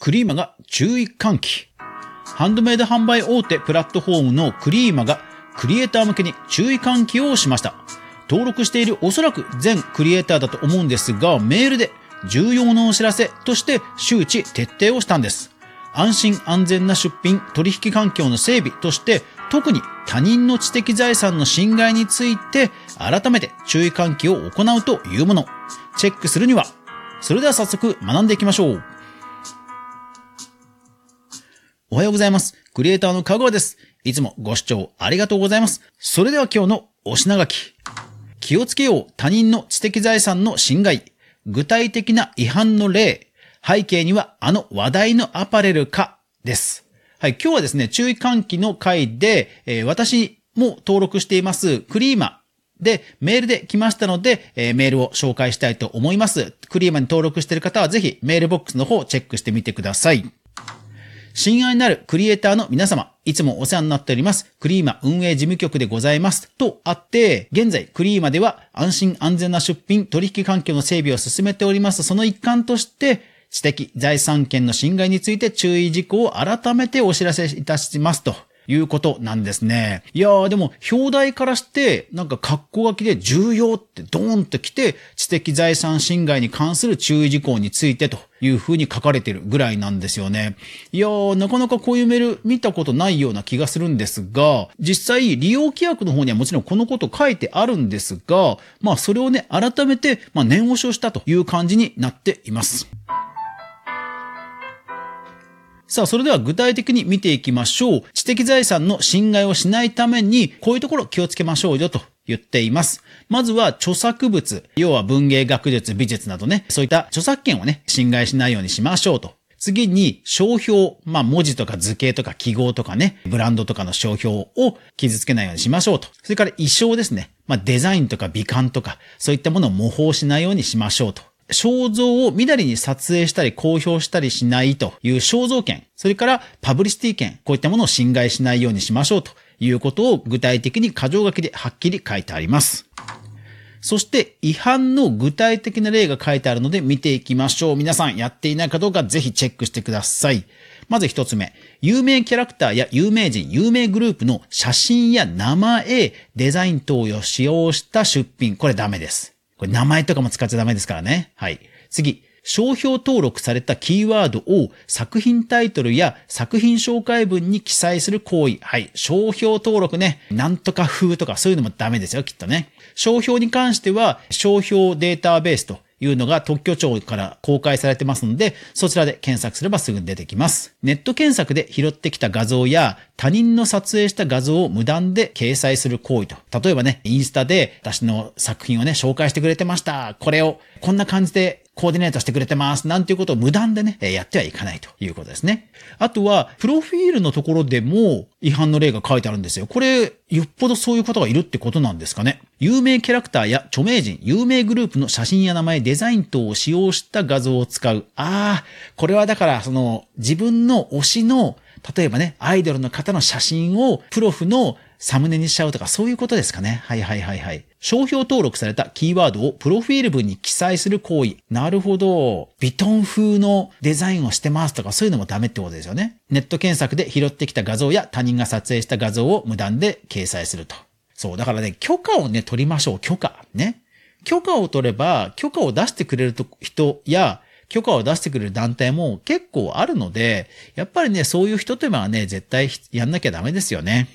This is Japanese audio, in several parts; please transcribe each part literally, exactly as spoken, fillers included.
クリーマが注意喚起。ハンドメイド販売大手プラットフォームのクリーマがクリエイター向けに注意喚起をしました。登録しているおそらく全クリエイターだと思うんですが、メールで重要なお知らせとして周知徹底をしたんです。安心安全な出品取引環境の整備として、特に他人の知的財産の侵害について改めて注意喚起を行うというもの。チェックするには、それでは早速学んでいきましょう。おはようございます。クリエイターのかぐわです。いつもご視聴ありがとうございます。それでは今日のお品書き。気をつけよう他人の知的財産の侵害。具体的な違反の例。背景にはあの話題のアパレルかです。はい、今日はですね、注意喚起の回で、えー、私も登録していますクリーマでメールで来ましたので、えー、メールを紹介したいと思います。クリーマに登録している方はぜひメールボックスの方をチェックしてみてください。親愛なるクリエイターの皆様、いつもお世話になっております。クリーマ運営事務局でございます。とあって、現在クリーマでは安心安全な出品取引環境の整備を進めております。その一環として、知的財産権の侵害について注意事項を改めてお知らせいたしますということなんですね。いやーでも表題からしてなんか括弧書きで重要ってドーンと来て、知的財産侵害に関する注意事項についてという風に書かれているぐらいなんですよね。いやーなかなかこういうメール見たことないような気がするんですが、実際利用規約の方にはもちろんこのこと書いてあるんですが、まあそれをね改めてまあ念押しをしたという感じになっています。さあ、それでは具体的に見ていきましょう。知的財産の侵害をしないために、こういうところ気をつけましょうよと言っています。まずは著作物、要は文芸、学術、美術などね、そういった著作権をね、侵害しないようにしましょうと。次に、商標、まあ文字とか図形とか記号とかね、ブランドとかの商標を傷つけないようにしましょうと。それから意匠ですね。まあデザインとか美観とか、そういったものを模倣しないようにしましょうと。肖像をみだりに撮影したり公表したりしないという肖像権、それからパブリシティ権、こういったものを侵害しないようにしましょうということを具体的に箇条書きではっきり書いてあります。そして違反の具体的な例が書いてあるので見ていきましょう。皆さんやっていないかどうかぜひチェックしてください。まず一つ目、有名キャラクターや有名人、有名グループの写真や名前、デザイン等を使用した出品、これダメです。これ名前とかも使っちゃダメですからね。はい。次。商標登録されたキーワードを作品タイトルや作品紹介文に記載する行為。はい。商標登録ね。なんとか風とかそういうのもダメですよ、きっとね。商標に関しては商標データベースというのが特許庁から公開されてますので、そちらで検索すればすぐに出てきます。ネット検索で拾ってきた画像や他人の撮影した画像を無断で掲載する行為と。例えばね、インスタで私の作品をね、紹介してくれてました。これをこんな感じでコーディネートしてくれてます。なんていうことを無断でね、やってはいかないということですね。あとは、プロフィールのところでも違反の例が書いてあるんですよ。これ、よっぽどそういう方がいるってことなんですかね。有名キャラクターや著名人、有名グループの写真や名前、デザイン等を使用した画像を使う。ああ、これはだから、その、自分の推しの、例えばね、アイドルの方の写真をプロフのサムネにしちゃうとかそういうことですかね。はいはいはいはい。商標登録されたキーワードをプロフィール文に記載する行為。なるほど。ヴィトン風のデザインをしてますとかそういうのもダメってことですよね。ネット検索で拾ってきた画像や他人が撮影した画像を無断で掲載すると。そう。だからね、許可をね、取りましょう。許可。ね。許可を取れば、許可を出してくれる人や、許可を出してくれる団体も結構あるので、やっぱりね、そういう人というのはね、絶対やんなきゃダメですよね。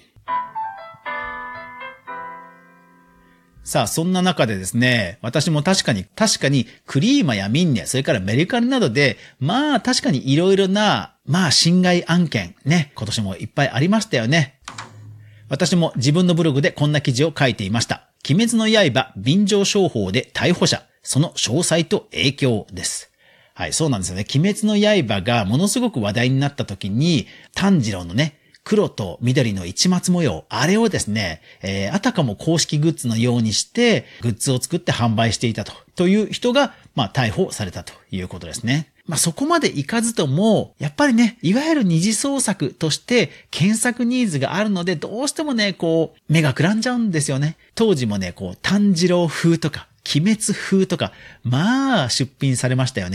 さあ、そんな中でですね、私も確かに、確かにクリーマやミンネ、それからメルカリなどで、まあ確かにいろいろな、まあ侵害案件ね、今年もいっぱいありましたよね。私も自分のブログでこんな記事を書いていました。鬼滅の刃便乗商法で逮捕者、その詳細と影響です。はい、そうなんですよね。鬼滅の刃がものすごく話題になった時に、炭治郎のね、黒と緑の市松模様、あれをですね、えー、あたかも公式グッズのようにして、グッズを作って販売していたと、という人が、まあ、逮捕されたということですね。まあ、そこまでいかずとも、やっぱりね、いわゆる二次創作として検索ニーズがあるので、どうしてもね、こう、目がくらんじゃうんですよね。当時もね、こう、炭治郎風とか、鬼滅風とか、まあ、出品されましたよね。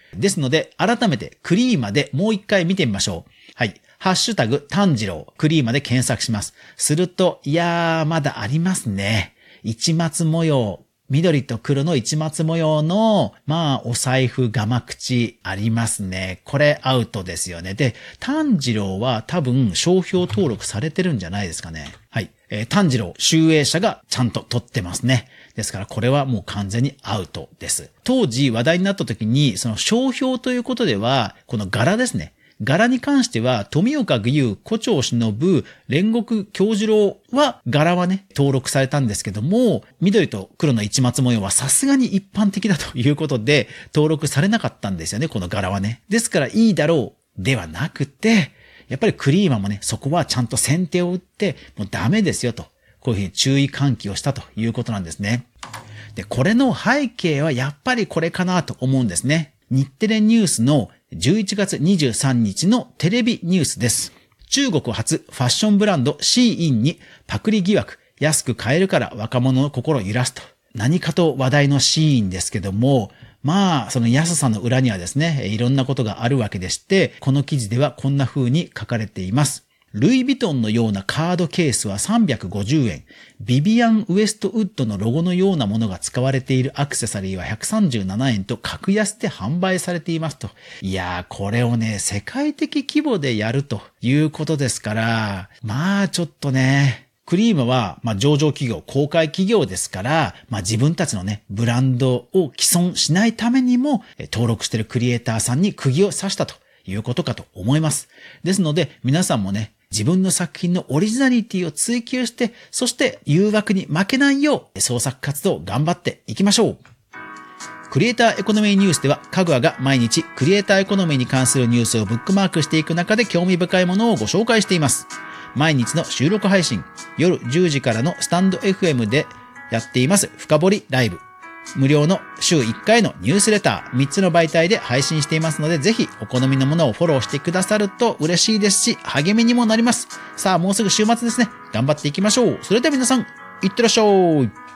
ですので、改めてクリーマでもう一回見てみましょう。はい。ハッシュタグ、炭治郎、クリーマで検索します。すると、いやー、まだありますね。市松模様。緑と黒の市松模様の、まあ、お財布ガマ口ありますね。これアウトですよね。で、炭治郎は多分商標登録されてるんじゃないですかね。はい。えー、炭治郎、集英社がちゃんと取ってますね。ですからこれはもう完全にアウトです。当時話題になった時に、その商標ということでは、この柄ですね。柄に関しては、富岡義勇、胡蝶忍、煉獄京次郎は、柄はね、登録されたんですけども、緑と黒の市松模様はさすがに一般的だということで、登録されなかったんですよね、この柄はね。ですからいいだろう、ではなくて、やっぱりクリーマもね、そこはちゃんと先手を打って、もうダメですよと、こういうふうに注意喚起をしたということなんですね。で、これの背景はやっぱりこれかなと思うんですね。日テレニュースのじゅういちがつにじゅうさんにちのテレビニュースです。中国発ファッションブランドシーインにパクリ疑惑、安く買えるから若者の心を揺らすと。何かと話題のシーインですけども、まあ、その安さの裏にはですね、いろんなことがあるわけでして、この記事ではこんな風に書かれています。ルイ・ヴィトンのようなカードケースはさんびゃくごじゅうえん。ビビアン・ウエストウッドのロゴのようなものが使われているアクセサリーはひゃくさんじゅうななえんと格安で販売されていますと。いやー、これをね、世界的規模でやるということですから、まあちょっとね、クリームは、まあ、上場企業、公開企業ですから、まあ、自分たちのね、ブランドを既存しないためにも、登録しているクリエイターさんに釘を刺したということかと思います。ですので、皆さんもね、自分の作品のオリジナリティを追求して、そして誘惑に負けないよう創作活動を頑張っていきましょう。クリエイターエコノミーニュースでは、かぐわが毎日クリエイターエコノミーに関するニュースをブックマークしていく中で興味深いものをご紹介しています。毎日の収録配信、夜じゅうじからのスタンド エフエム でやっています深掘りライブ。無料の週いっかいのニュースレター、みっつの媒体で配信していますので、ぜひお好みのものをフォローしてくださると嬉しいですし、励みにもなります。さあ、もうすぐ週末ですね。頑張っていきましょう。それでは皆さん、いってらっしゃい。